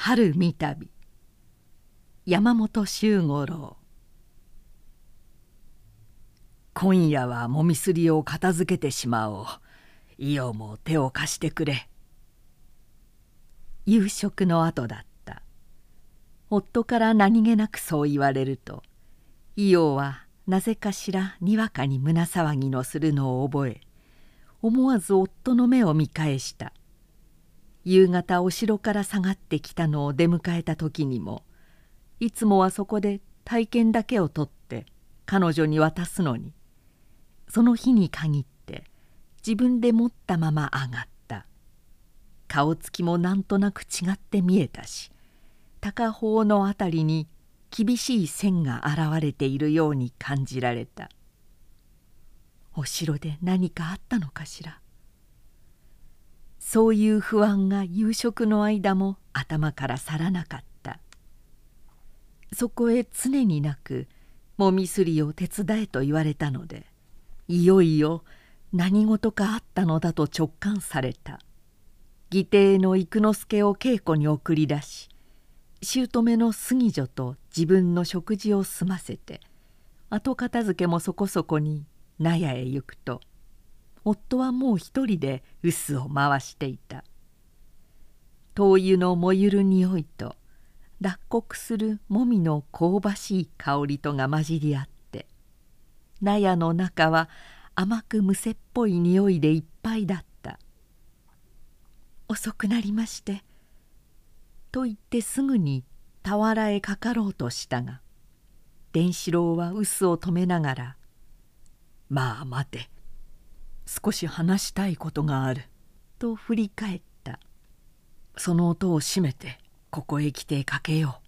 春三旅山本周五郎。今夜はもみすりを片付けてしまおう。伊代も手を貸してくれ。夕食の後だった。夫から何気なくそう言われると、伊代はなぜかしらにわかに胸騒ぎのするのを覚え、思わず夫の目を見返した。夕方お城から下がってきたのを出迎えた時にも、いつもはそこで体験だけを取って彼女に渡すのに、その日に限って自分で持ったまま上がった。顔つきもなんとなく違って見えたし、高頬のあたりに厳しい線が現れているように感じられた。お城で何かあったのかしら。そういう不安が夕食の間も頭から去らなかった。そこへ常になくもみすりを手伝えと言われたので、いよいよ何事かあったのだと直感された。義弟の幾之助を稽古に送り出し、姑の杉女と自分の食事を済ませて、後片付けもそこそこに納屋へ行くと、夫はもう一人で臼を回していた。灯油の燃ゆる匂いと脱穀するもみの香ばしい香りとが混じり合って、納屋の中は甘くむせっぽい匂いでいっぱいだった。遅くなりまして、と言ってすぐに俵へかかろうとしたが、伝四郎は臼を止めながら「まあ待て、少し話したいことがある」と振り返った。その音を閉めてここへ来てかけよう。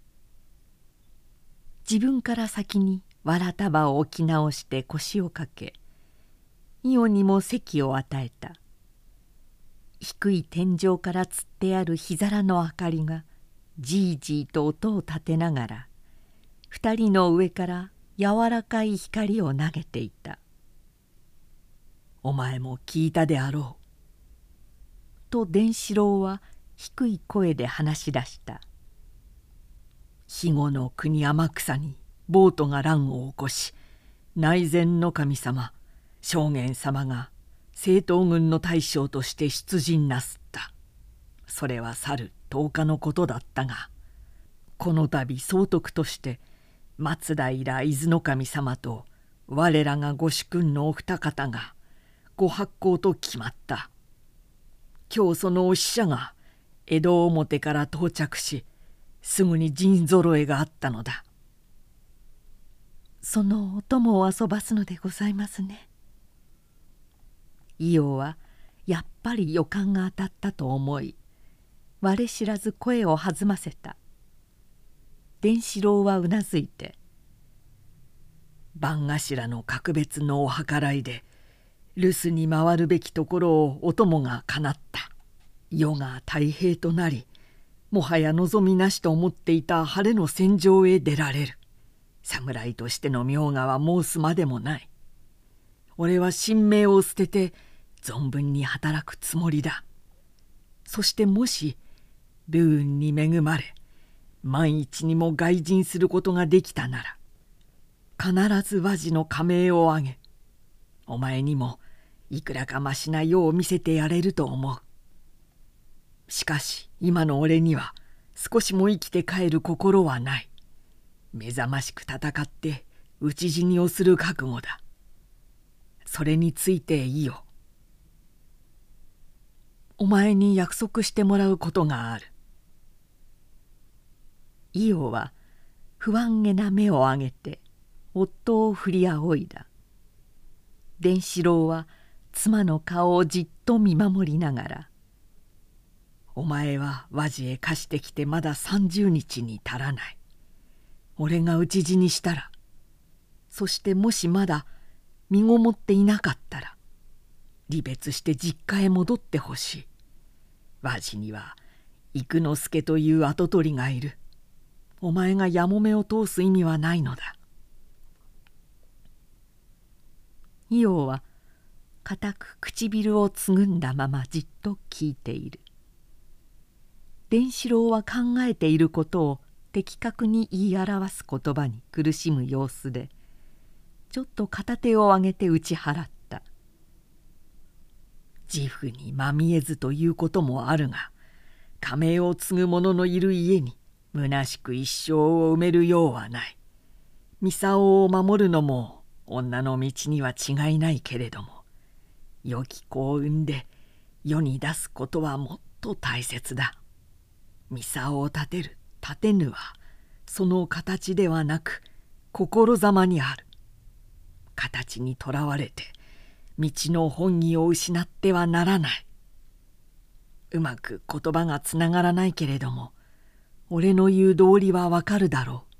自分から先にわら束を置き直して腰をかけ、伊代にも席を与えた。低い天井からつってある火皿の明かりがじいじいと音を立てながら、二人の上から柔らかい光を投げていた。お前も聞いたであろう。と伝四郎は低い声で話し出した。肥後の国天草に暴徒が乱を起こし、内前の神様将軍様が正統軍の大将として出陣なすった。それは去る10日のことだったが、この度総督として松平伊豆守様と我らが御主君のお二方がご発行と決まった。今日そのお使者が江戸表から到着し、すぐに陣揃えがあったのだ。そのお供を遊ばすのでございますね。伊代はやっぱり予感が当たったと思い、我知らず声を弾ませた。伝四郎はうなずいて、番頭の格別のお計らいで留守に回るべきところをお供がかなった。世が太平となり、もはや望みなしと思っていた晴れの戦場へ出られる。侍としての名画は申すまでもない。俺は神明を捨てて存分に働くつもりだ。そしてもし武運に恵まれ万一にも外陣することができたなら、必ず和路の加盟を挙げ、お前にもいくらかましな世を見せてやれると思う。しかし今の俺には少しも生きて帰る心はない。目覚ましく戦って討ち死にをする覚悟だ。それについていいよ。お前に約束してもらうことがある。伊代は不安げな目を上げて夫を振り仰いだ。伝四郎は妻の顔をじっと見守りながら、お前は和路へ貸してきてまだ30日に足らない。俺が討ち死にしたら、そしてもしまだ身ごもっていなかったら、離別して実家へ戻ってほしい。和路には幾之助という跡取りがいる。お前がやもめを通す意味はないのだ。伊代は固く唇をつぐんだままじっと聞いている。 伝四郎は考えていることを的確に言い表す言葉に苦しむ様子で、ちょっと片手を上げて打ち払った。自負にまみえずということもあるが、家名を継ぐ者のいる家に虚しく一生を埋めるようはない。操を守るのも女の道には違いないけれども、良き子を産んで世に出すことはもっと大切だ。操を立てる立てぬはその形ではなく心ざまにある。形にとらわれて道の本義を失ってはならない。うまく言葉がつながらないけれども、俺の言う道理はわかるだろう。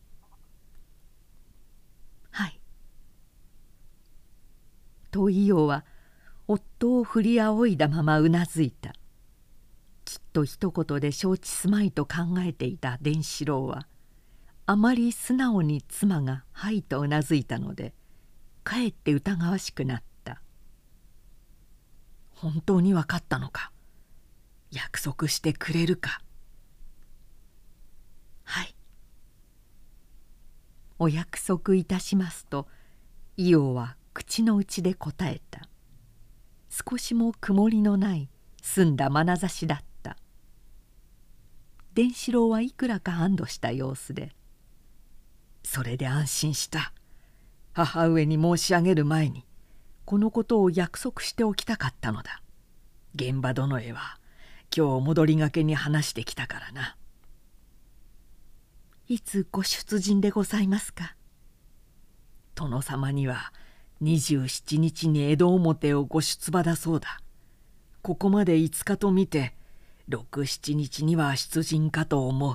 はい。と伊代は夫を振り仰いだままうなずいた。きっと一言で承知すまいと考えていた伝四郎は、あまり素直に妻が「はい」とうなずいたので、かえって疑わしくなった。本当に分かったのか。約束してくれるか。はい。お約束いたしますと伊代は口の内で答えた。少しも曇りのない澄んだ眼差しだった。伝四郎はいくらか安堵した様子で、それで安心した。母上に申し上げる前にこのことを約束しておきたかったのだ。現場殿へは今日戻りがけに話してきたからな。いつご出陣でございますか。殿様には27日に江戸表をご出馬だそうだ。ここまで5日と見て6、7日には出陣かと思う。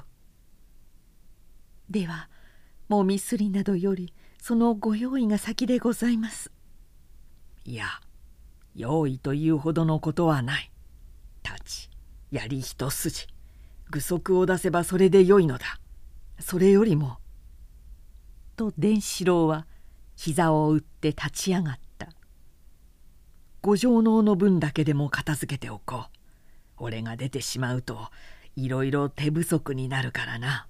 ではもみすりなどよりそのご用意が先でございます。いや、用意というほどのことはない。立ち槍一筋、具足を出せばそれでよいのだ。それよりも。と伝四郎は膝を打って立ち上がった。ご上納の分だけでも片付けておこう。俺が出てしまうといろいろ手不足になるからな。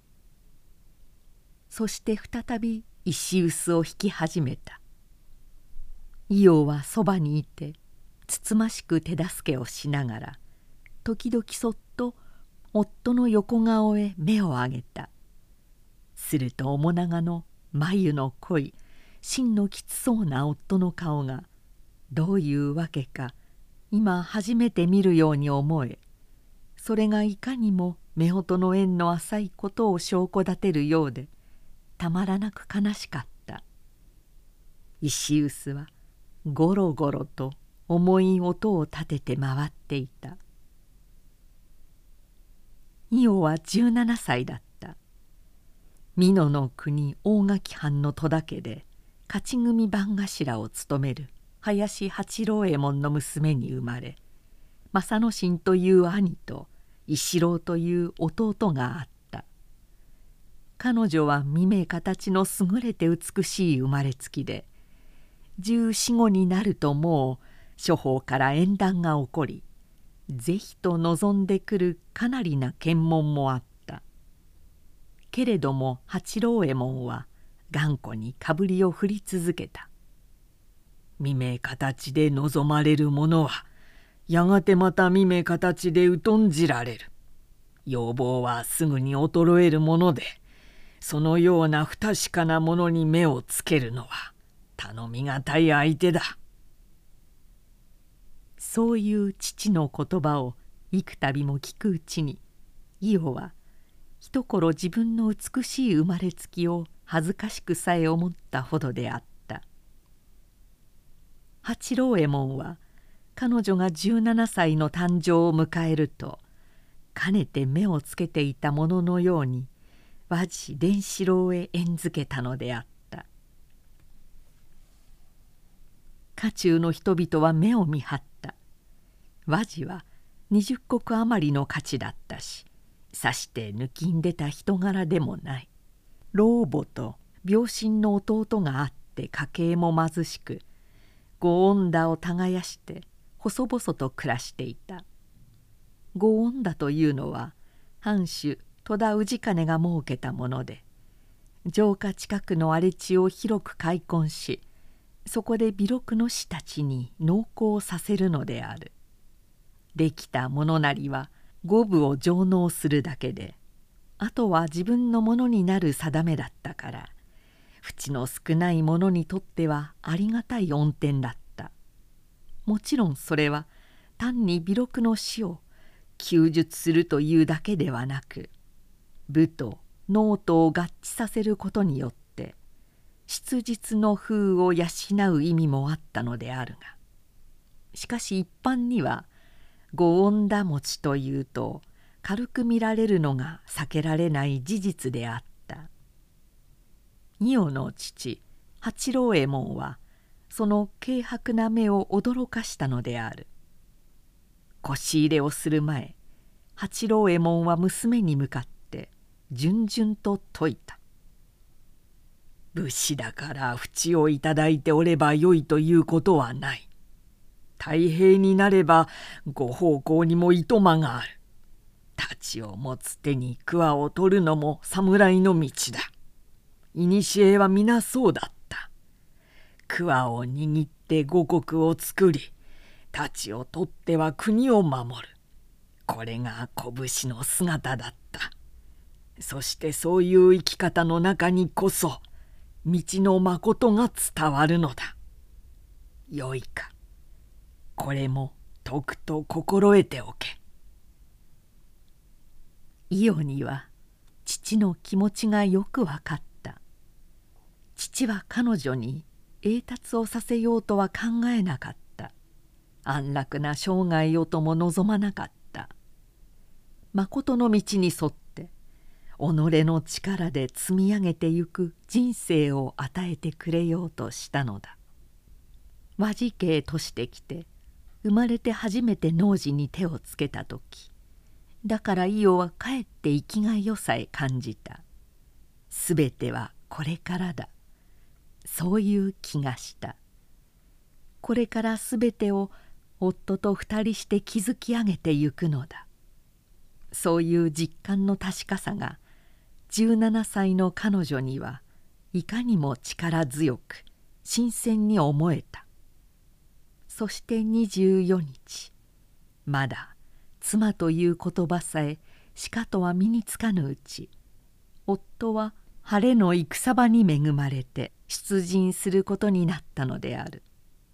そして再び石臼を引き始めた。伊代はそばにいてつつましく手助けをしながら、時々そっと夫の横顔へ目を上げた。すると面長の眉の濃い芯のきつそうな夫の顔がどういうわけか今初めて見るように思え、それがいかにも夫婦の縁の浅いことを証拠立てるようでたまらなく悲しかった。石臼はゴロゴロと重い音を立てて回っていた。伊代は17歳だった。美濃の国大垣藩の戸田家で勝ち組番頭を務める林八郎右衛門の娘に生まれ、正之進という兄と石郎という弟があった。彼女は未明形の優れて美しい生まれつきで、14、15になるともう諸方から縁談が起こり、是非と望んでくるかなりな検問もあった。けれども八郎右衛門は頑固にかぶりを振り続けた。未明形で望まれるものはやがてまた未明形で疎んじられる。要望はすぐに衰えるもので、そのような不確かなものに目をつけるのは頼みがたい相手だ。そういう父の言葉を幾度も聞くうちに、伊代は一頃自分の美しい生まれつきを恥ずかしくさえ思ったほどであった。八郎右衛門は彼女が17歳の誕生を迎えると、かねて目をつけていたもののように和次伝四郎へ縁づけたのであった。家中の人々は目を見張った。和次は20石余りの価値だったし、さして抜きん出た人柄でもない。老母と病身の弟があって家計も貧しく、ご恩だを耕して細々と暮らしていた。ご恩だというのは藩主戸田氏兼が設けたもので、城下近くの荒れ地を広く開墾し、そこで微禄の士たちに農耕させるのである。できたものなりは五分を上納するだけで、あとは自分のものになる定めだったから、淵の少ない者にとってはありがたい恩典だった。もちろんそれは単に微禄の死を休述するというだけではなく、武と農とを合致させることによって質実の風を養う意味もあったのであるが、しかし一般にはご恩だ持ちというと軽く見られるのが避けられない事実であった。伊予の父八郎右衛門はその軽薄な目を驚かしたのである。腰入れをする前、八郎右衛門は娘に向かって順々と説いた。武士だから淵をいただいておればよいということはない。太平になればご奉公にもいとまがある。太刀を持つ手に桑を取るのも侍の道だ。古は皆そうだった。桑を握って五国を作り、太刀を取っては国を守る。これが拳の姿だった。そしてそういう生き方の中にこそ道のまことが伝わるのだ。よいか、これもとくと心得ておけ。伊予には父の気持ちがよく分かった。父は彼女に栄達をさせようとは考えなかった。安楽な生涯をとも望まなかった。まことの道に沿って己の力で積み上げてゆく人生を与えてくれようとしたのだ。和事家としてきて生まれて初めて農事に手をつけた時、だから伊予はかえって生きがいよさえ感じた。すべてはこれからだ、そういう気がした。これからすべてを夫と二人して築き上げてゆくのだ。そういう実感の確かさが17歳の彼女にはいかにも力強く新鮮に思えた。そして24日、まだ妻という言葉さえしかとは身につかぬうち、夫は晴れの戦場に恵まれて出陣することになったのである。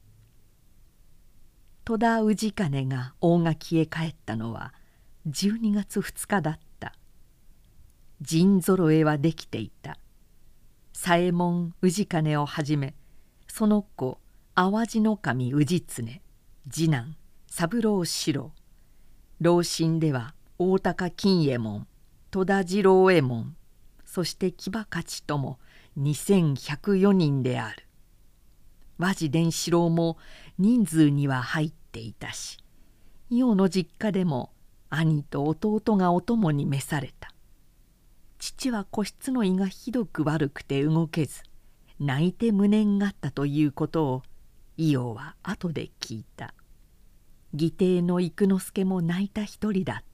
戸田氏兼が大垣へ帰ったのは12月2日だった。陣ぞろえはできていた。左衛門氏兼をはじめ、その子淡路守氏常、次男三郎四郎、老臣では大高金右衛門、戸田次郎右衛門、そして騎馬勝ちとも2104人である。和地伝四郎も人数には入っていたし、伊予の実家でも兄と弟がお供に召された。父は個室の胃がひどく悪くて動けず、泣いて無念があったということを伊予は後で聞いた。義弟の幾之助も泣いた一人だった。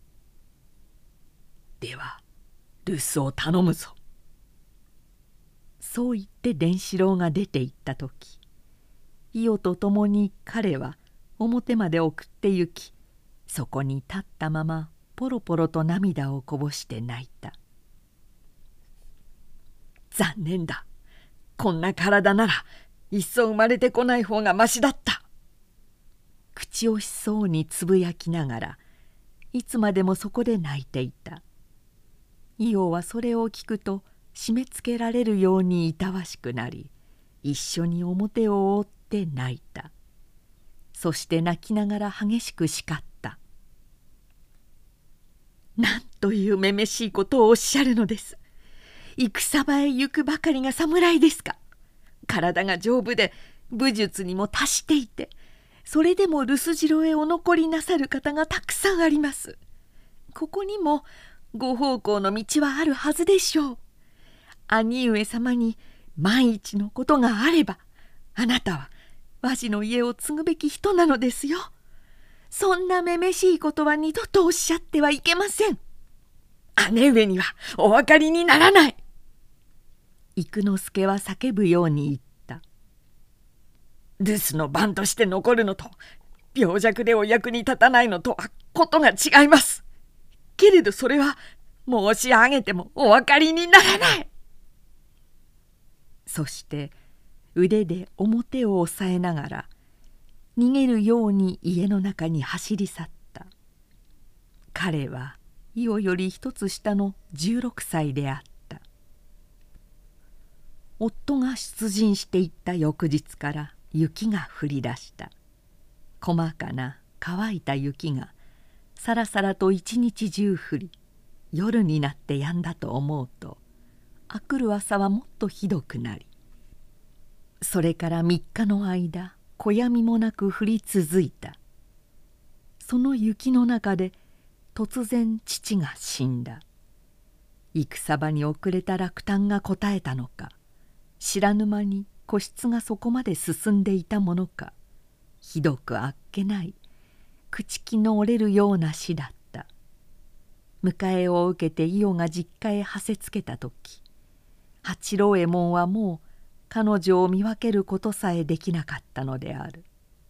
では留守を頼むぞ。そう言って伝四郎が出て行った時、伊予と共に彼は表まで送って行き、そこに立ったままポロポロと涙をこぼして泣いた。残念だ。こんな体ならいっそ生まれてこない方がましだった。口惜しそうにつぶやきながらいつまでもそこで泣いていた。伊予はそれを聞くと締め付けられるようにいたわしくなり、一緒に表を覆って泣いた。そして泣きながら激しく叱った。なんというめめしいことをおっしゃるのです。戦場へ行くばかりが侍ですか。体が丈夫で武術にも達していて、それでも留守城へお残りなさる方がたくさんあります。ここにもご奉公の道はあるはずでしょう。兄上様に万一のことがあれば、あなたは和紙の家を継ぐべき人なのですよ。そんなめめしいことは二度とおっしゃってはいけません。 姉上にはお分かりにならない。 幾之助は叫ぶように言った。 留守の番として残るのと病弱でお役に立たないのとはことが違います。けれどそれは申し上げてもお分かりにならない。 そして腕で表を押さえながら逃げるように家の中に走り去った。彼は伊代より一つ下の16歳であった。夫が出陣していった翌日から雪が降り出した。細かな乾いた雪がさらさらと一日中降り、夜になって止んだと思うとあくる朝はもっとひどくなり、それから3日の間小やみもなく降り続いた。その雪の中で突然父が死んだ。戦場に遅れた落胆がこたえたのか、知らぬ間に孤失がそこまで進んでいたものか、ひどくあっけない朽木の折れるような死だった。迎えを受けて伊代が実家へはせつけた時、八郎右衛門はもう彼女を見分けることさえできなかったのである。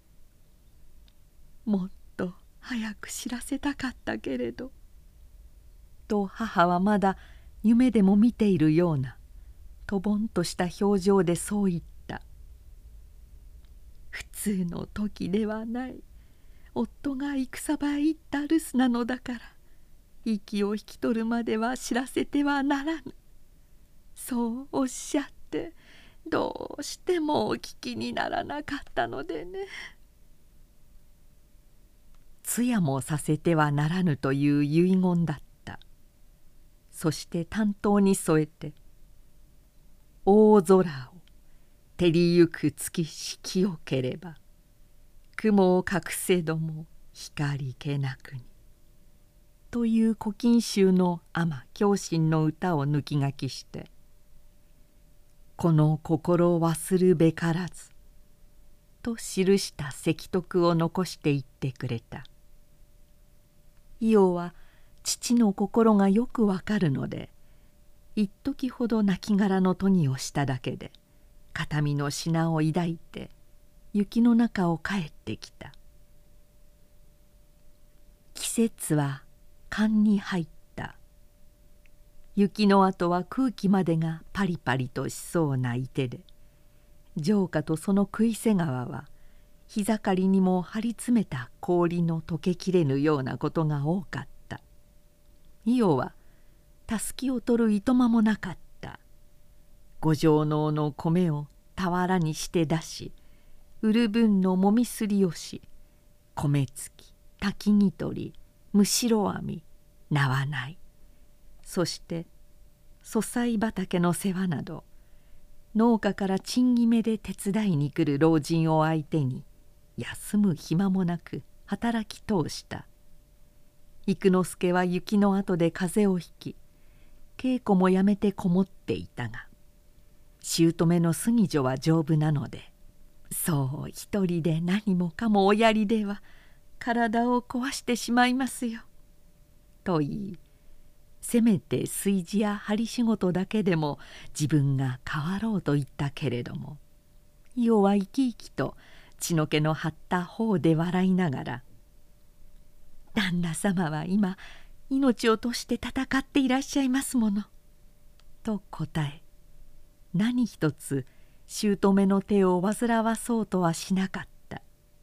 もっと早く知らせたかったけれど、と母はまだ夢でも見ているようなとぼんとした表情でそう言った。普通の時ではない。夫が戦場へ行った留守なのだから、息を引き取るまでは知らせてはならぬ。そうおっしゃってどうしてもお聞きにならなかったのでね。通夜もさせてはならぬという遺言だった。そして担当に添えて「大空を照りゆく月し清ければ雲を隠せども光気なくに」という古今集の尼狂信の歌を抜き書きして「この心忘るべからず」と記した石徳を残していってくれた。伊代は父の心がよくわかるので、一時ほど亡骸の研ぎをしただけで形見の品を抱いて雪の中を帰ってきた。季節は寒に入った。雪のあとは空気までがパリパリとしそうないてで、城下とその食い瀬川は日盛りにも張り詰めた氷の溶けきれぬようなことが多かった。伊代はたすきを取るいとまもなかった。五条能の米を俵にして出し、売る分のもみすりをし、米つき、焚きぎ取り、むしろ編み、縄ない、そして粗菜畑の世話など、農家から賃決めで手伝いに来る老人を相手に休む暇もなく働き通した。幾之助は雪の後で風邪をひき、稽古もやめてこもっていたが、姑の杉女は丈夫なので、そう一人で何もかもおやりでは体を壊してしまいますよ。と言い、せめて炊事や針仕事だけでも自分が変わろうと言ったけれども、伊代は生き生きと血の気の張った頬で笑いながら「旦那様は今命を賭して戦っていらっしゃいますもの」と答え、何一つ姑の手を煩わそうとはしなかった。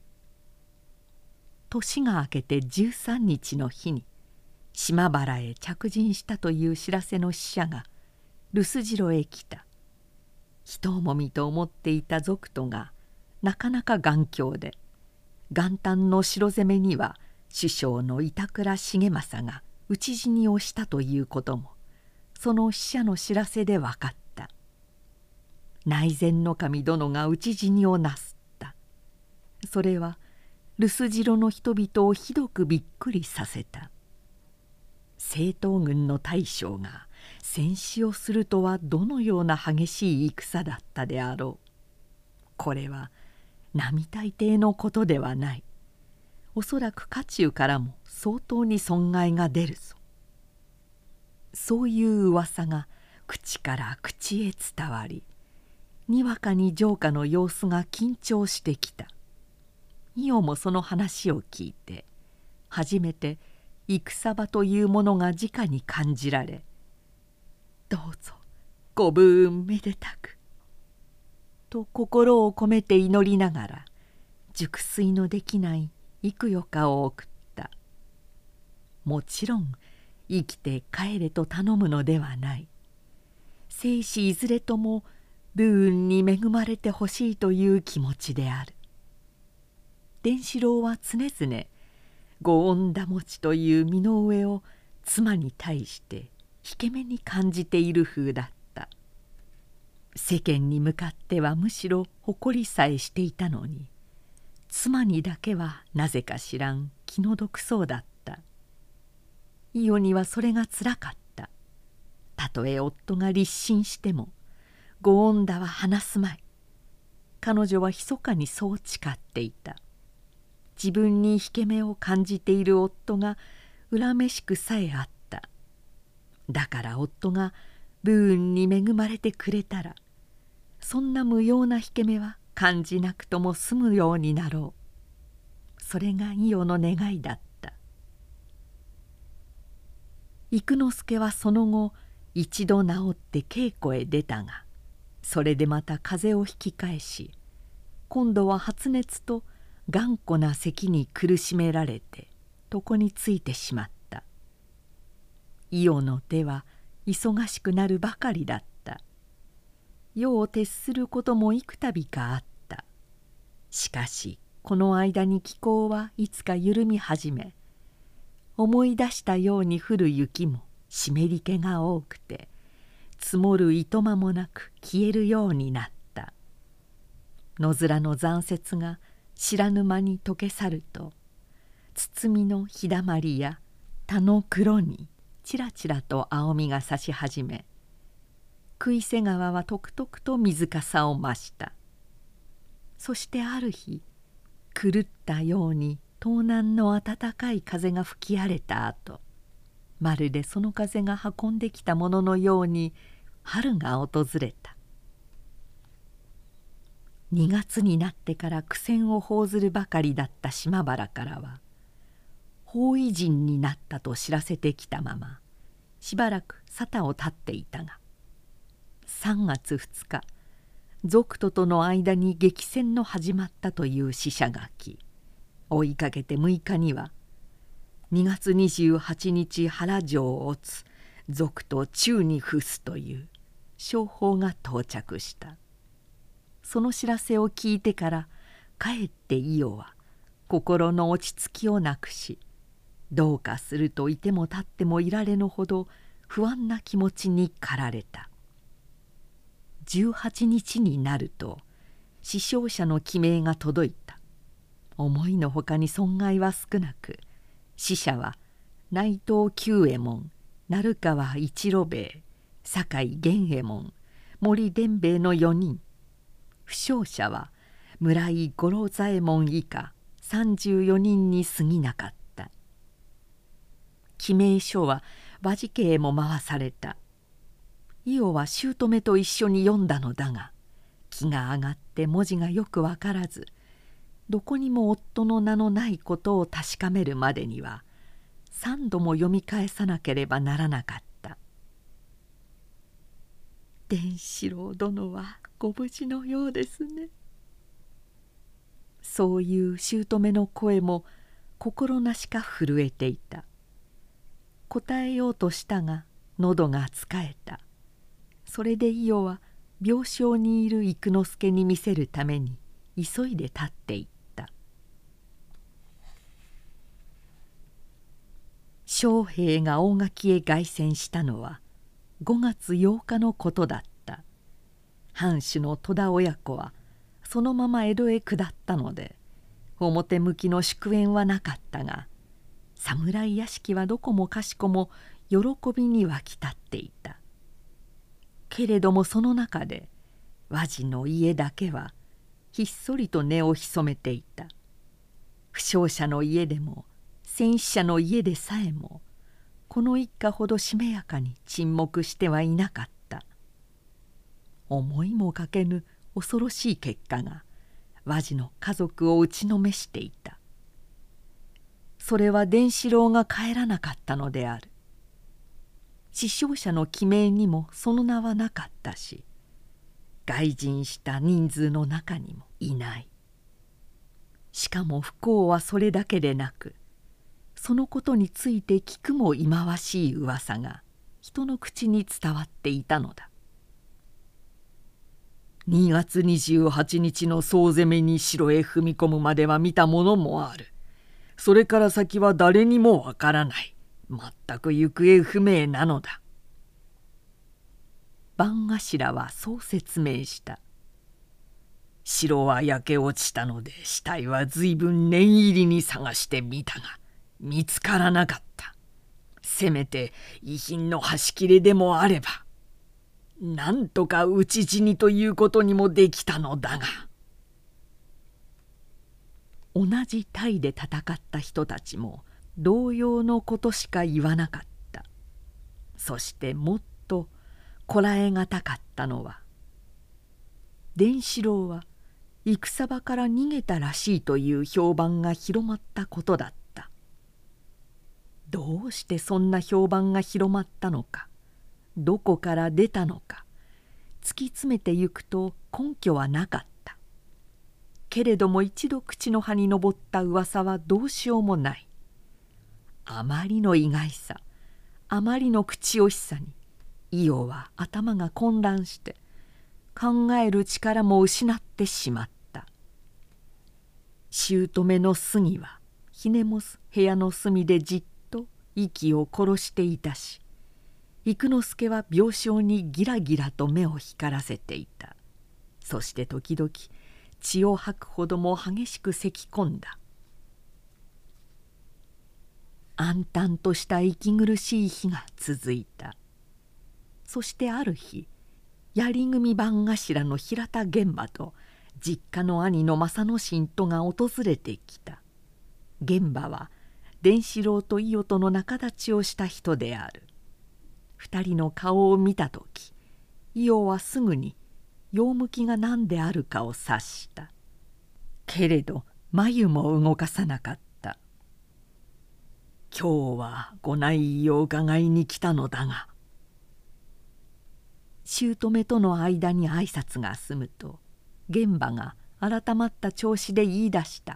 年が明けて13日の日に島原へ着陣したという知らせの使者が留守城へ来た。一もみと思っていた賊徒がなかなか頑強で、元旦の城攻めには首相の板倉重政が討ち死にをしたということもその使者の知らせで分かった。内膳守殿が討ち死にをなすった。それは留守城の人々をひどくびっくりさせた。正統軍の大将が戦死をするとはどのような激しい戦だったであろう。これは並大抵のことではない。おそらく家中からも相当に損害が出るぞ。 そういう噂が口から口へ伝わり、にわかに城下の様子が緊張してきた。イオもその話を聞いて初めて戦場というものが直に感じられ、どうぞご武運めでたくと心を込めて祈りながら熟睡のできない幾夜かを送った。もちろん生きて帰れと頼むのではない。生死いずれとも武運に恵まれてほしいという気持ちである。伝四郎は常々ご恩だもちという身の上を妻に対して引け目に感じている風だった。世間に向かってはむしろ誇りさえしていたのに、妻にだけはなぜか知らん気の毒そうだった。伊代にはそれがつらかった。たとえ夫が立身してもご恩だは話すまい。彼女は密かにそう誓っていた。自分に引け目を感じている夫が恨めしくさえあった。だから夫が武運に恵まれてくれたら、そんな無用な引け目は感じなくとも済むようになろう。それが伊代の願いだった。幾之助はその後一度治って稽古へ出たが、それでまた風邪を引き返し、今度は発熱と頑固な咳に苦しめられて床についてしまった。伊代の手は忙しくなるばかりだった。夜を徹することも幾度かあった。しかしこの間に気候はいつか緩み始め、思い出したように降る雪も湿り気が多くて、積もるいとまもなく消えるようになった。野面の残雪が知らぬ間に溶け去ると、包みの日だまりや田の黒にちらちらと青みが差し始め、杭瀬川はとくとくと水かさを増した。そしてある日、狂ったように東南の暖かい風が吹き荒れたあと、まるでその風が運んできたもののように春が訪れた。2月になってから苦戦を報ずるばかりだった島原からは、包囲陣になったと知らせてきたまましばらく沙汰を絶っていたが、3月2日賊徒との間に激戦の始まったという使者が来、追いかけて6日には2月28日原城を落つ賊と宙に伏すという商法が到着した。その知らせを聞いてからかえって伊代は心の落ち着きをなくし、どうかするといても立ってもいられぬほど不安な気持ちに駆られた。18日になると死傷者の記名が届いた。思いのほかに損害は少なく、死者は内藤久右衛門、鳴川一路兵衛、酒井源右衛門、森伝兵衛の4人、負傷者は村井五郎左衛門以下34人に過ぎなかった。記名書は和事家へも回された。伊代は姑と一緒に読んだのだが、気が上がって文字がよく分からず、どこにも夫の名のないことを確かめるまでには3度も読み返さなければならなかった。伝四郎殿はご無事のようですね。そういう姑の声も心なしか震えていた。答えようとしたが喉がつかえた。それで伊代は病床にいる幾之助に見せるために急いで立っていった。将兵が大垣へ凱旋したのは5月8日のことだった。藩主の戸田親子はそのまま江戸へ下ったので、表向きの祝宴はなかったが、侍屋敷はどこもかしこも喜びに沸き立っていた。けれどもその中で和次の家だけはひっそりと根を潜めていた。負傷者の家でも戦死者の家でさえもこの一家ほどしめやかに沈黙してはいなかった。思いもかけぬ恐ろしい結果が和次の家族を打ちのめしていた。それは伝四郎が帰らなかったのである。死傷者の記名にもその名はなかったし、外人した人数の中にもいない。しかも不幸はそれだけでなく、そのことについて聞くも忌まわしい噂が人の口に伝わっていたのだ。2月28日の総攻めに城へ踏み込むまでは見たものもある。それから先は誰にもわからない。全く行方不明なのだ。番頭はそう説明した。城は焼け落ちたので死体は随分念入りに探してみたが見つからなかった。せめて遺品の端切れでもあればなんとか討ち死にということにもできたのだが。同じ隊で戦った人たちも同様のことしか言わなかった。そしてもっとこらえがたかったのは、伝四郎は戦場から逃げたらしいという評判が広まったことだった。どうしてそんな評判が広まったのか、どこから出たのか、突き詰めてゆくと根拠はなかった。けれども一度口の葉に上った噂はどうしようもない。あまりの意外さ、あまりの口惜しさに伊代は頭が混乱して考える力も失ってしまった。姑の杉はひねもす部屋の隅でじっと息を殺していたし、幾之助は病床にギラギラと目を光らせていた。そして時々血を吐くほども激しく咳き込んだ。暗淡とした息苦しい日が続いた。そしてある日、槍組番頭の平田玄馬と実家の兄の正之進とが訪れてきた。玄馬は伝四郎と伊代との仲立ちをした人である。二人の顔を見た時、伊代はすぐに用向きが何であるかを察した。けれど眉も動かさなかった。今日はご内意を伺いに来たのだが。姑との間に挨拶が済むと、玄馬が改まった調子で言い出した。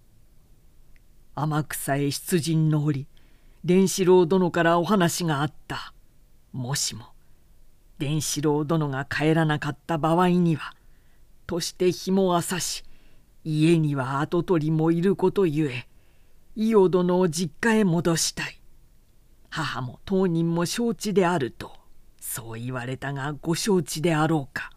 天草へ出陣の折、伝四郎殿からお話があった。もしも伝四郎殿が帰らなかった場合には、として日も浅し、家には跡取りもいることゆえ、伊代殿を実家へ戻したい。母も当人も承知であると、そう言われたがご承知であろうか。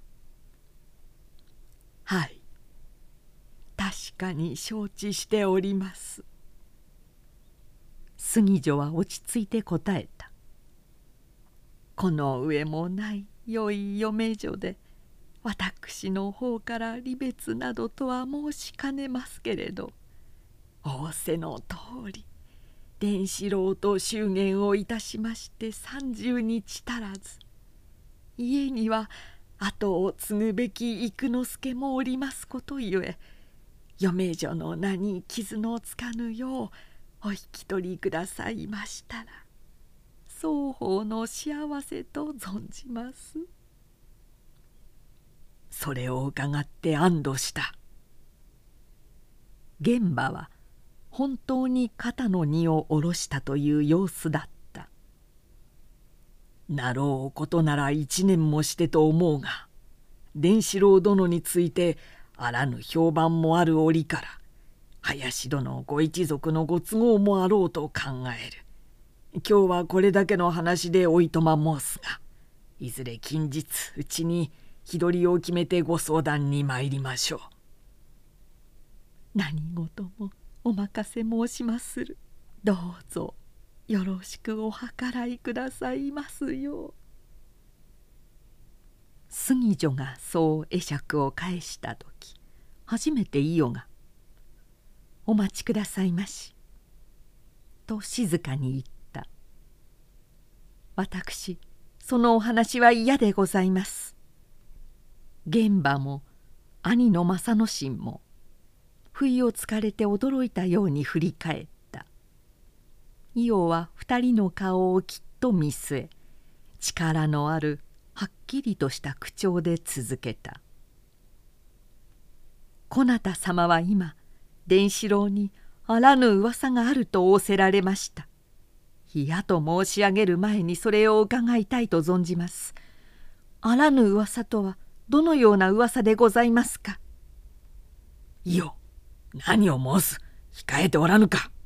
はい、確かに承知しております。杉女は落ち着いて答えた。この上もない良い嫁女で、私の方から離別などとは申しかねますけれど、仰せのとおり伝四郎と祝言をいたしまして30日足らず、家には後を継ぐべき幾之助もおりますことゆえ、嫁女の名に傷のつかぬようお引き取りくださいましたら、双方の幸せと存じます。それを伺って安堵した。玄馬は本当に肩の荷を下ろしたという様子だった。なろうことなら1年もしてと思うが、伝四郎殿についてあらぬ評判もある折から、林殿ご一族のご都合もあろうと考える。今日はこれだけの話でおいとま申すが、いずれ近日うちに日取りを決めてご相談に参りましょう。何事もお任せ申しまする。どうぞよろしくお計らいくださいますよう。杉女がそう会釈を返した時、初めて伊代が「お待ちくださいまし」と静かに言った。 私そのお話は嫌でございます。玄馬も兄の正之進も不意をつかれて驚いたように振り返った。伊代は2人の顔をきっと見据え、力のあるはっきりとした口調で続けた。こなた様は今伝四郎にあらぬ噂があると仰せられました。いやと申し上げる前にそれを伺いたいと存じます。あらぬ噂とはどのような噂でございますか。 いよ、何を申す。控えておらぬか。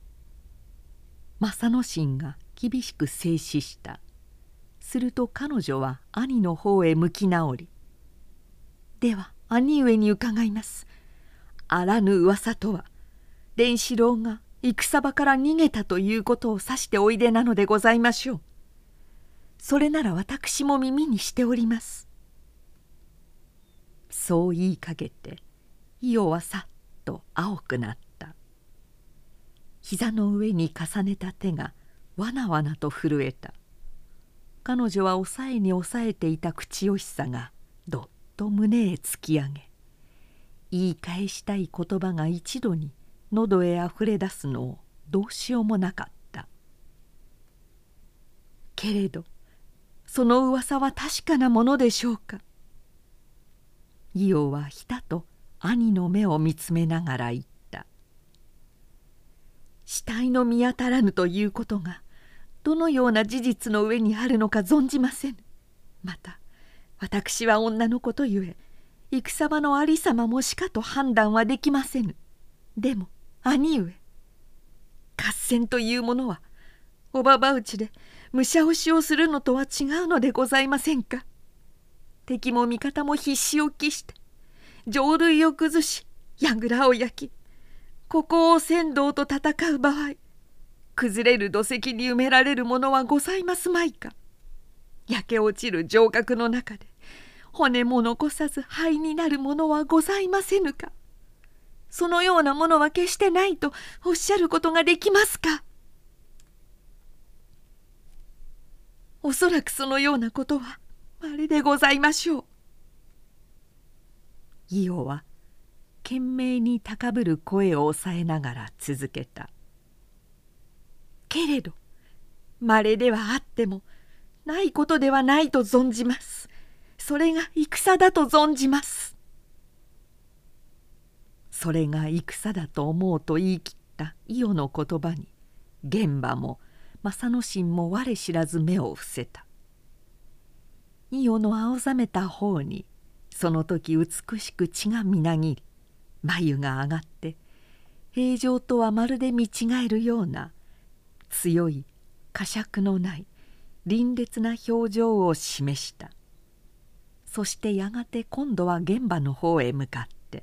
正之進が厳しく制止した。すると彼女は兄の方へ向き直り、では兄上に伺います。あらぬ噂とは伝四郎が戦場から逃げたということを指しておいでなのでございましょう。それなら私も耳にしております。そう言いかけて伊代はさっと青くなった。膝の上に重ねた手がわなわなと震えた。彼女は抑えに抑えていた口惜しさがどっと胸へ突き上げ、言い返したい言葉が一度に喉へあふれ出すのをどうしようもなかった。けれどその噂は確かなものでしょうか。伊代はひたと兄の目を見つめながら言った。死体の見当たらぬということがどのような事実の上にあるのか存じませぬ。また私は女の子とゆえ戦場のありさまもしかと判断はできませぬ。でも兄上、合戦というものはおばばうちで武者押しをするのとは違うのでございませんか。敵も味方も必死を期して城塁を崩し櫓を焼き、ここを船頭と戦う場合、崩れる土石に埋められるものはございますまいか。焼け落ちる城郭の中で骨も残さず灰になるものはございませぬか。そのようなものは決してないとおっしゃることができますか。おそらくそのようなことは稀でございましょう。伊代は懸命に高ぶる声を抑えながら続けた。けれど稀ではあってもないことではないと存じます。それが戦だと存じます。それが戦だと思うと言い切った伊代の言葉に玄馬も正之進も我知らず目を伏せた。伊代の青ざめた方にその時美しく血がみなぎり、眉が上がって平常とはまるで見違えるような強い呵責のない凛冽な表情を示した。そしてやがて今度は玄馬の方へ向かって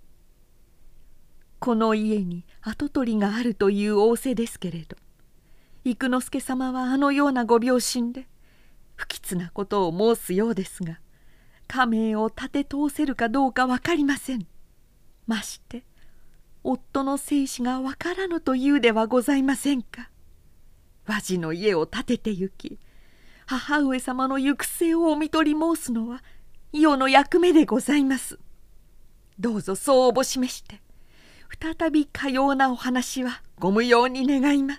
「この家に跡取りがあるという仰せですけれど、幾之助様はあのようなご病身で不吉なことを申すようですが、家名を立て通せるかどうか分かりません。まして夫の生死が分からぬというではございませんか。和路の家を建てて行き、母上様の行く末をお見取り申すのは伊代の役目でございます。どうぞそうおぼしめして再びかようなお話はご無用に願います。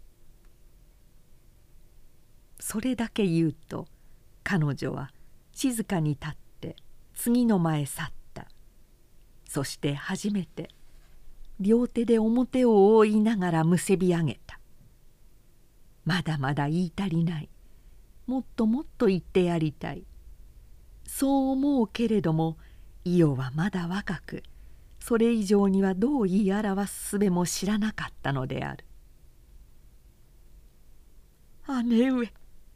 それだけ言うと彼女は静かに立って次の間へ去った。そして初めて両手で表を覆いながらむせび上げた。まだまだ言い足りない。もっともっと言ってやりたい。そう思うけれども伊代はまだ若く、それ以上にはどう言い表す術も知らなかったのである。姉上。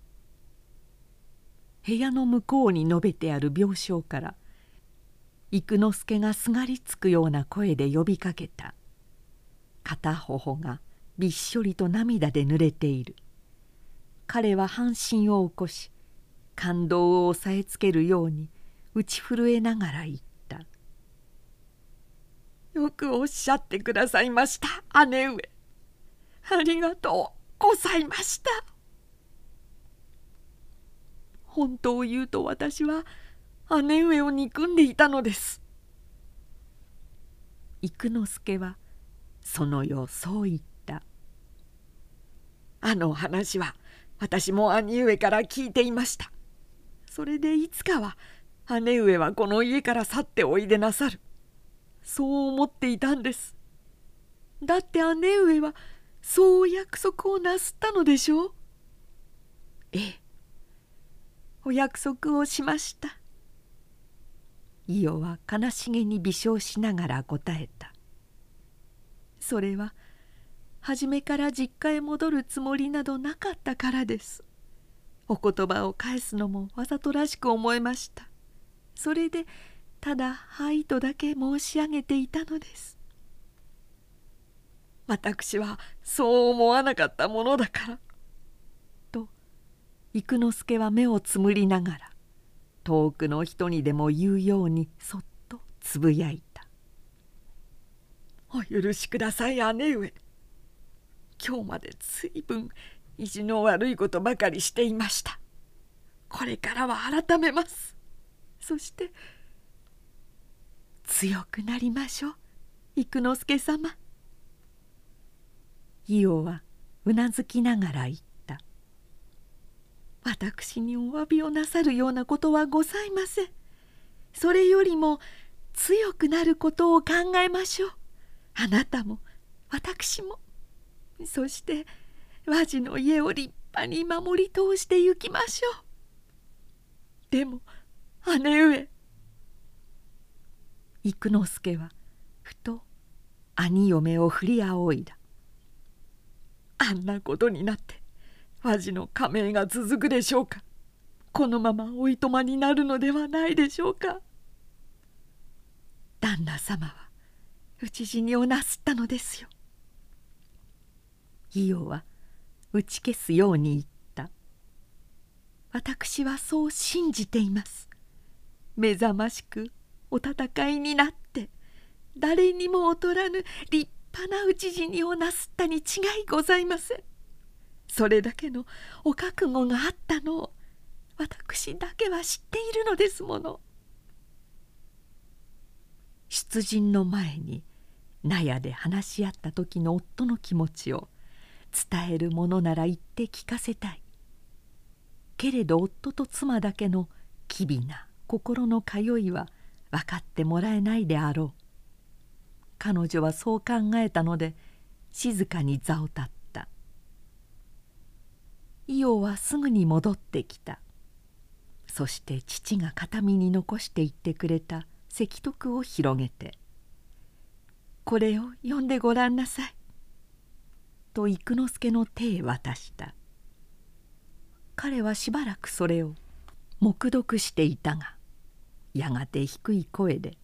部屋の向こうに述べてある病床から幾之助がすがりつくような声で呼びかけた。片頬がびっしょりと涙で濡れている。彼は半身を起こし、感動を押さえつけるように打ち震えながら言った。 よくおっしゃってくださいました、姉上。ありがとうございました。 本当を言うと私は姉上を憎んでいたのです。 幾之助はその夜そう言った。 あの話は私も兄上から聞いていました。それでいつかは姉上はこの家から去っておいでなさる、そう思っていたんです。だって姉上はそう約束をなすったのでしょう。 ええ、 お約束をしました。 伊代は悲しげに微笑しながら答えた。 それは初めから実家へ戻るつもりなどなかったからです。お言葉を返すのもわざとらしく思えました。それでただ「はい」とだけ申し上げていたのです。私はそう思わなかったものだから。 と幾之助は目をつむりながら遠くの人にでも言うようにそっとつぶやいた。 お許しください姉上。今日までずいぶん意地の悪いことばかりしていました。これからは改めます。そして強くなりましょう、幾之助様。 伊代はうなずきながら言った。 私にお詫びをなさるようなことはございません。それよりも強くなることを考えましょう。あなたも私も。そして和路の家を立派に守り通してゆきましょう。でも姉上。 幾之助はふと兄嫁を振り仰いだ。 あんなことになって和路の家名が続くでしょうか。このままおいとまになるのではないでしょうか。旦那様は討ち死にをなすったのですよ。 伊代は打ち消すように言った。 私はそう信じています。目覚ましくお戦いになって誰にも劣らぬ立派な討ち死にをなすったに違いございません。それだけのお覚悟があったのを私だけは知っているのですもの。 出陣の前に納屋で話し合った時の夫の気持ちを伝えるものなら言って聞かせたい。けれど夫と妻だけの機微な心の通いは分かってもらえないであろう。彼女はそう考えたので静かに座を立った。伊代はすぐに戻ってきた。そして父が形見に残していってくれた石徳を広げて「これを読んでごらんなさい」と幾之助の手へ渡した。彼はしばらくそれを黙読していたがやがて低い声で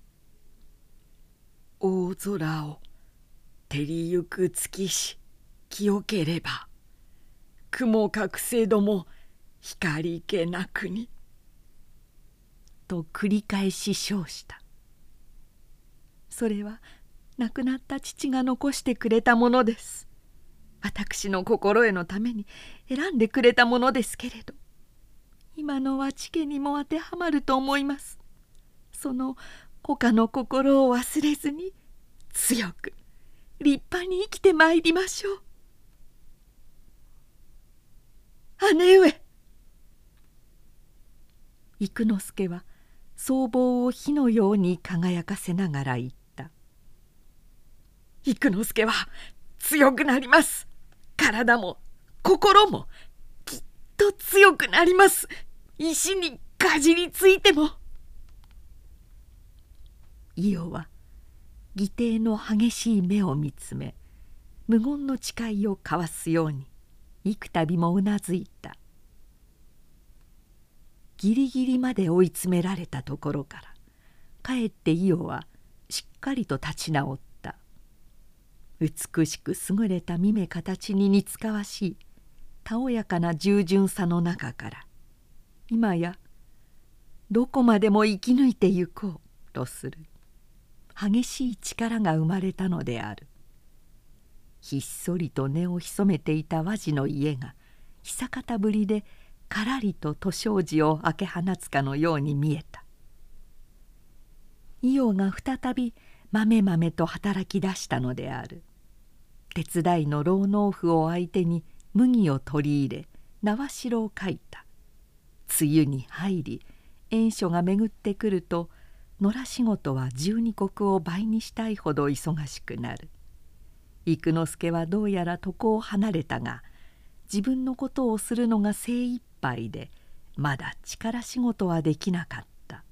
「大空を照りゆく月し清ければ雲隠せども光気なくに」 と繰り返し称した。 それは亡くなった父が残してくれたものです。私の心得のために選んでくれたものですけれど、今の和知家にも当てはまると思います。その他の心を忘れずに強く立派に生きてまいりましょう。姉上。 幾之助は僧帽を火のように輝かせながら言った。 幾之助は強くなります。体も心もきっと強くなります。石にかじりついても。 伊代は義弟の激しい目を見つめ無言の誓いを交わすように幾度もうなずいた。ギリギリまで追い詰められたところからかえって伊代はしっかりと立ち直った。美しく優れた見目形に似つかわしいたおやかな従順さの中から今やどこまでも生き抜いてゆこうとする激しい力が生まれたのである。ひっそりと根を潜めていた和路の家が久方ぶりでからりと年障子を開け放つかのように見えた。伊代が再びまめまめと働き出したのである。手伝いの老農夫を相手に麦を取り入れ縄代をかいた。梅雨に入り縁所が巡ってくると野良仕事は12石を倍にしたいほど忙しくなる。幾之助はどうやら床を離れたが自分のことをするのが精一杯でまだ力仕事はできなかった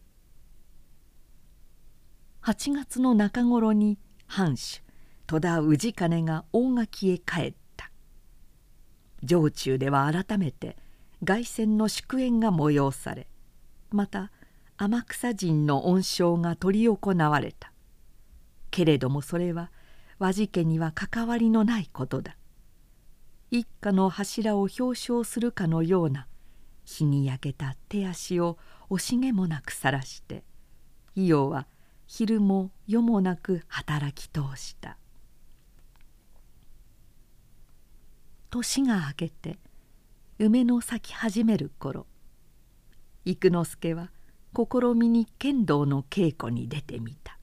。8月の中頃に藩主戸田氏兼が大垣へ帰った。城中では改めて凱旋の祝宴が催され、また天草陣の恩賞が執り行われた。けれどもそれは和事家には関わりのないことだ。一家の柱を表彰するかのような日に焼けた手足を惜しげもなくさらして伊代は昼も夜もなく働き通した。年が明けて梅の咲き始める頃、幾之助は試みに剣道の稽古に出てみた。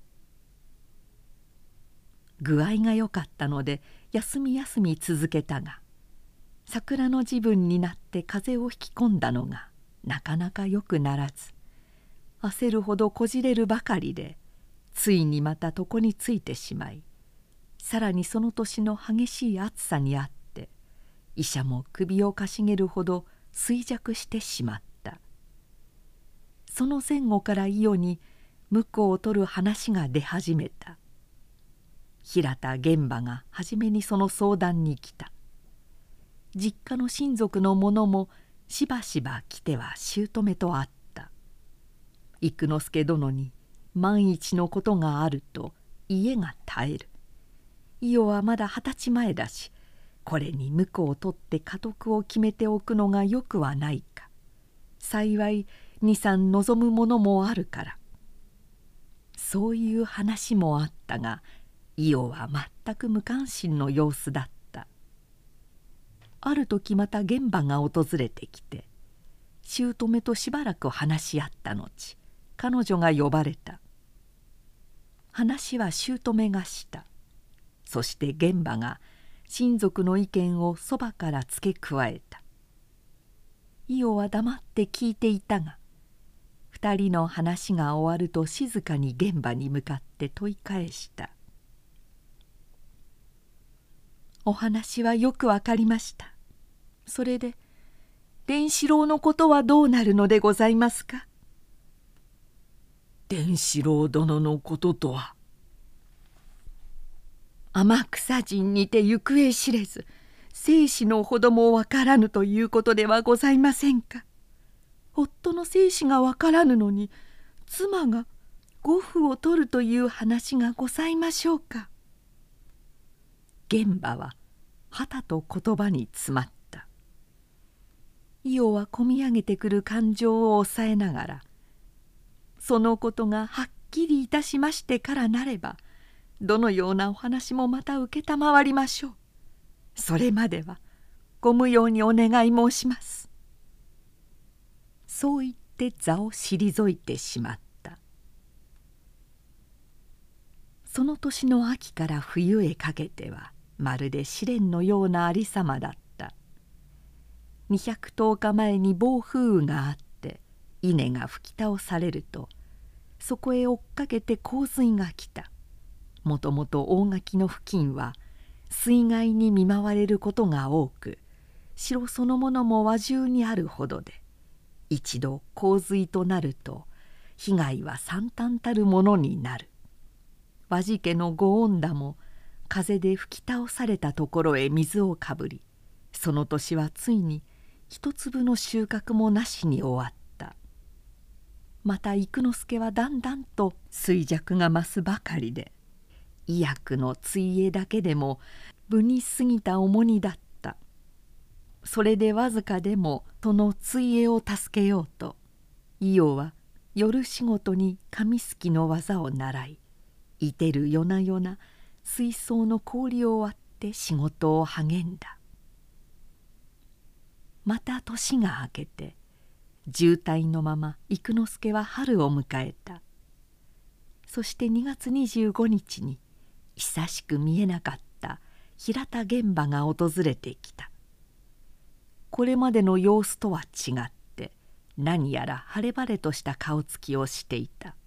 具合が良かったので休み休み続けたが、桜の時分になって風邪をひき込んだのがなかなかよくならず、焦るほどこじれるばかりでついにまた床についてしまい、さらにその年の激しい暑さにあって医者も首をかしげるほど衰弱してしまった。その前後から伊代に婿を取る話が出始めた。平田玄馬が初めにその相談に来た。実家の親族の者もしばしば来ては姑と会った。幾之助殿に万一のことがあると家が絶える。伊代はまだ20歳前だし、これに婿を取って家督を決めておくのがよくはないか。幸い23望むものもあるから。そういう話もあったが、伊代は全く無関心の様子だった。ある時また玄馬が訪れてきて姑としばらく話し合った後、彼女が呼ばれた。話は姑がした。そして玄馬が親族の意見をそばから付け加えた。伊代は黙って聞いていたが、2人の話が終わると静かに玄馬に向かって問い返した。お話はよくわかりました。それで伝四郎のことはどうなるのでございますか。 伝四郎殿のこととは、 天草陣にて行方知れず生死のほどもわからぬということではございませんか。夫の生死がわからぬのに妻が呉服を取るという話がございましょうか。玄馬ははたと言葉に詰まった。伊代はこみ上げてくる感情を抑えながら、そのことがはっきりいたしましてからなればどのようなお話もまた承りましょう。それまではご無用にお願い申します。そう言って座を退いてしまった。その年の秋から冬へかけてはまるで試練のようなありさまだった。210日前に暴風雨があって稲が吹き倒されると、そこへ追っかけて洪水が来た。もともと大垣の付近は水害に見舞われることが多く、城そのものも和中にあるほどで、一度洪水となると被害は惨憺たるものになる。和事家のご恩田も風で吹き倒されたところへ水をかぶり、その年はついに一粒の収穫もなしに終わった。また幾之助はだんだんと衰弱が増すばかりで、医薬のついえだけでも無に過ぎた重荷だった。それでわずかでもそのついえを助けようと、伊代は夜仕事に紙すきの技を習い、いてる夜な夜な水槽の氷を割って仕事を励んだ。 また年が明けて渋滞のまま幾之助は春を迎えた。そして2月25日に久しく見えなかった平田玄馬が訪れてきた。これまでの様子とは違って何やら晴れ晴れとした顔つきをしていた。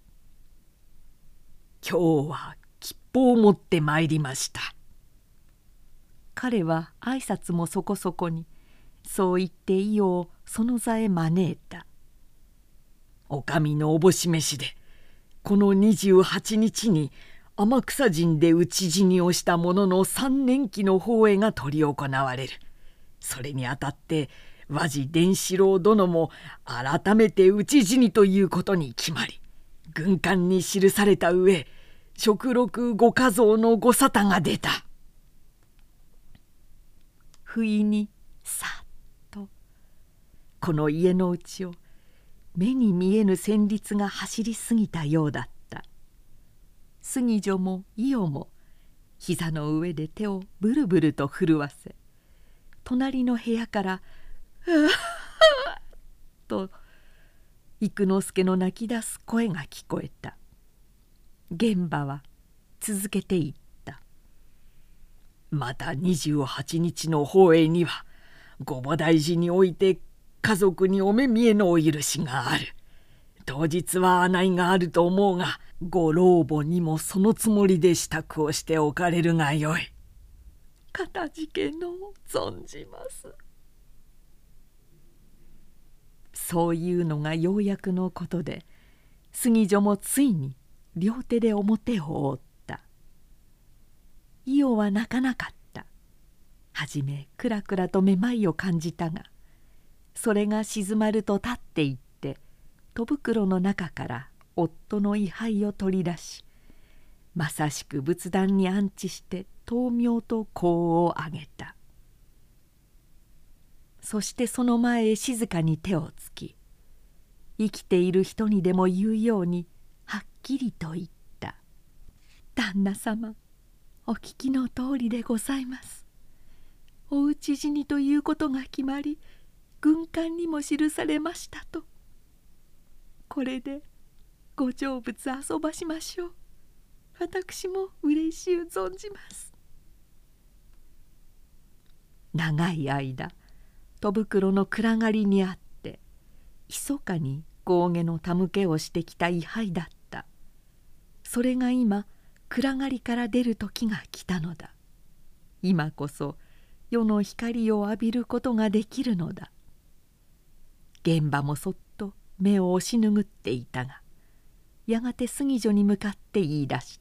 今日は吉報を持ってまいりました。 彼は挨拶もそこそこに、そう言って伊代をその座へ招いた。 お上のおぼし飯でこの28日に天草陣で討ち死にをした者の3年期の法会が執り行われる。それにあたって和地伝四郎殿も改めて討ち死にということに決まり、軍艦に記された上食禄ご家蔵のご沙汰が出た。 不意にさっとこの家のうちを目に見えぬ旋律が走り過ぎたようだった。杉女も伊代も膝の上で手をブルブルと震わせ、隣の部屋から「うわっ!」と幾之助の泣き出す声が聞こえた。玄馬は続けて言った。 また28日の法会には御菩提寺において家族にお目見えのお許しがある。当日は案内があると思うが、ご老母にもそのつもりで支度をしておかれるがよい。 かたじけの存じます。そういうのがようやくのことで、杉女もついに両手で表を覆った。伊代は泣かなかった。はじめくらくらとめまいを感じたが、それが静まると立っていって戸袋の中から夫の位牌を取り出し、まさしく仏壇に安置して灯明と香をあげた。そしてその前へ静かに手をつき、生きている人にでも言うようにはっきりと言った。旦那様、お聞きの通りでございます。お討ち死にということが決まり、軍艦にも記されましたと。これでご成仏遊ばしましょう。私も嬉しゅう存じます。長い間戸袋の暗がりにあって密かに合下の手向けをしてきた位牌だった。それが今暗がりから出る時が来たのだ。今こそ世の光を浴びることができるのだ。玄馬もそっと目を押し拭っていたが、やがて杉女に向かって言い出した。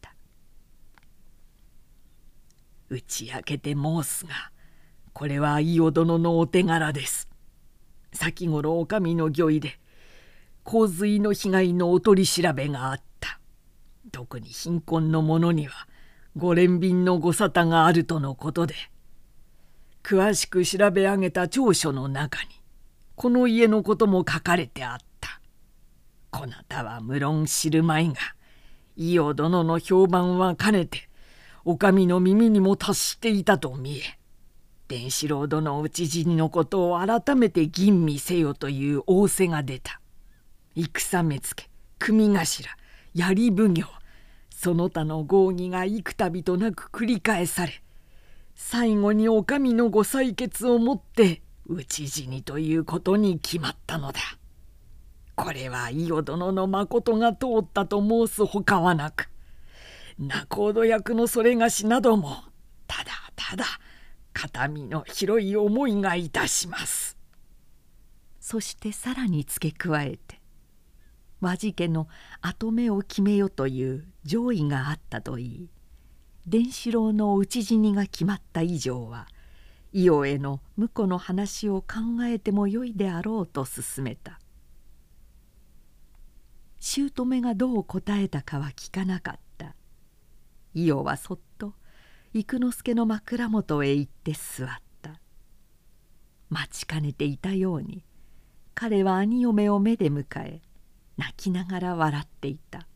打ち明けて申すが、これは伊予殿のお手柄です。先頃お上の御意で洪水の被害のお取り調べがあった。特に貧困の者にはご憐憫のご沙汰があるとのことで、詳しく調べ上げた調書の中にこの家のことも書かれてあった。こなたは無論知るまいが、伊予殿の評判はかねてお上の耳にも達していたと見え、伝四郎殿討ち死にのことを改めて吟味せよという仰せが出た。戦目付、組頭、槍奉行、その他の合議が幾度となく繰り返され、最後にお上のご裁決をもって討ち死にということに決まったのだ。これは伊予殿のまことが通ったと申すほかはなく、仲人役のそれがしなどもただただ肩身の広い思いがいたします。 そしてさらに付け加えて、和地家の跡目を決めよという上意があったといい、伝四郎の討ち死にが決まった以上は伊予への婿の話を考えてもよいであろうと勧めた。姑がどう答えたかは聞かなかった。伊予はそっと幾之助の枕元へ行って座った。待ちかねていたように彼は兄嫁を目で迎え、泣きながら笑っていた。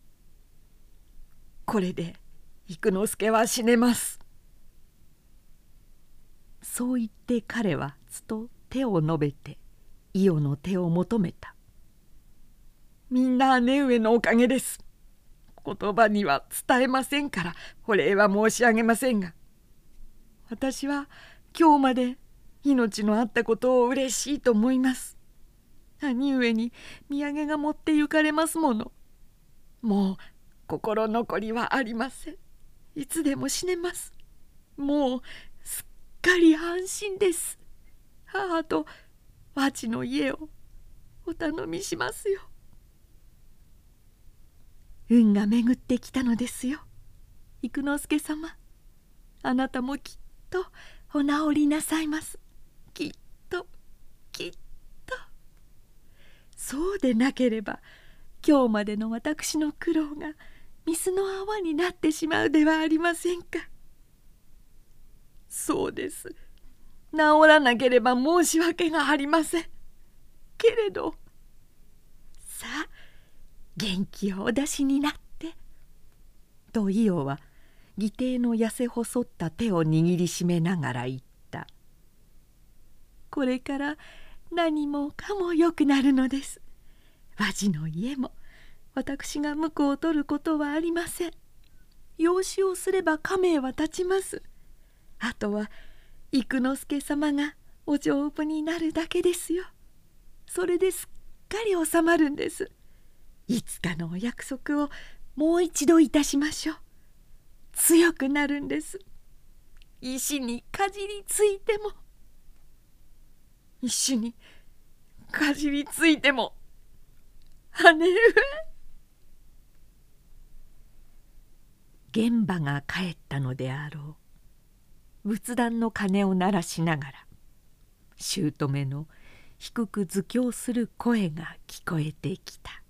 これで幾之助は死ねます。 そう言って彼はつと手を述べて伊代の手を求めた。 みんな姉上のおかげです。言葉には伝えませんからお礼は申し上げませんが、私は今日まで命のあったことを嬉しいと思います。兄上に土産が持って行かれますもの。もう心残りはありません。いつでも死ねます。もうすっかり安心です。母と和知の家をお頼みしますよ。 運が巡ってきたのですよ、幾之助様。あなたもきっとお治りなさいます。きっときっと。そうでなければ今日までの私の苦労が水の泡になってしまうではありませんか。 そうです。治らなければ申し訳がありません。けれどさあ元気をお出しになって」と伊代は義弟の痩せ細った手を握りしめながら言った。これから何もかもよくなるのです。和知の家も私が婿を取ることはありません。養子をすれば家名は立ちます。あとは幾之助様がお丈夫になるだけですよ。それですっかり収まるんです。いつかのお約束をもう一度いたしましょう。強くなるんです。石にかじりついても。 石にかじりついても。姉上。 玄馬が帰ったのであろう。仏壇の鐘を鳴らしながら姑の低く図教する声が聞こえてきた。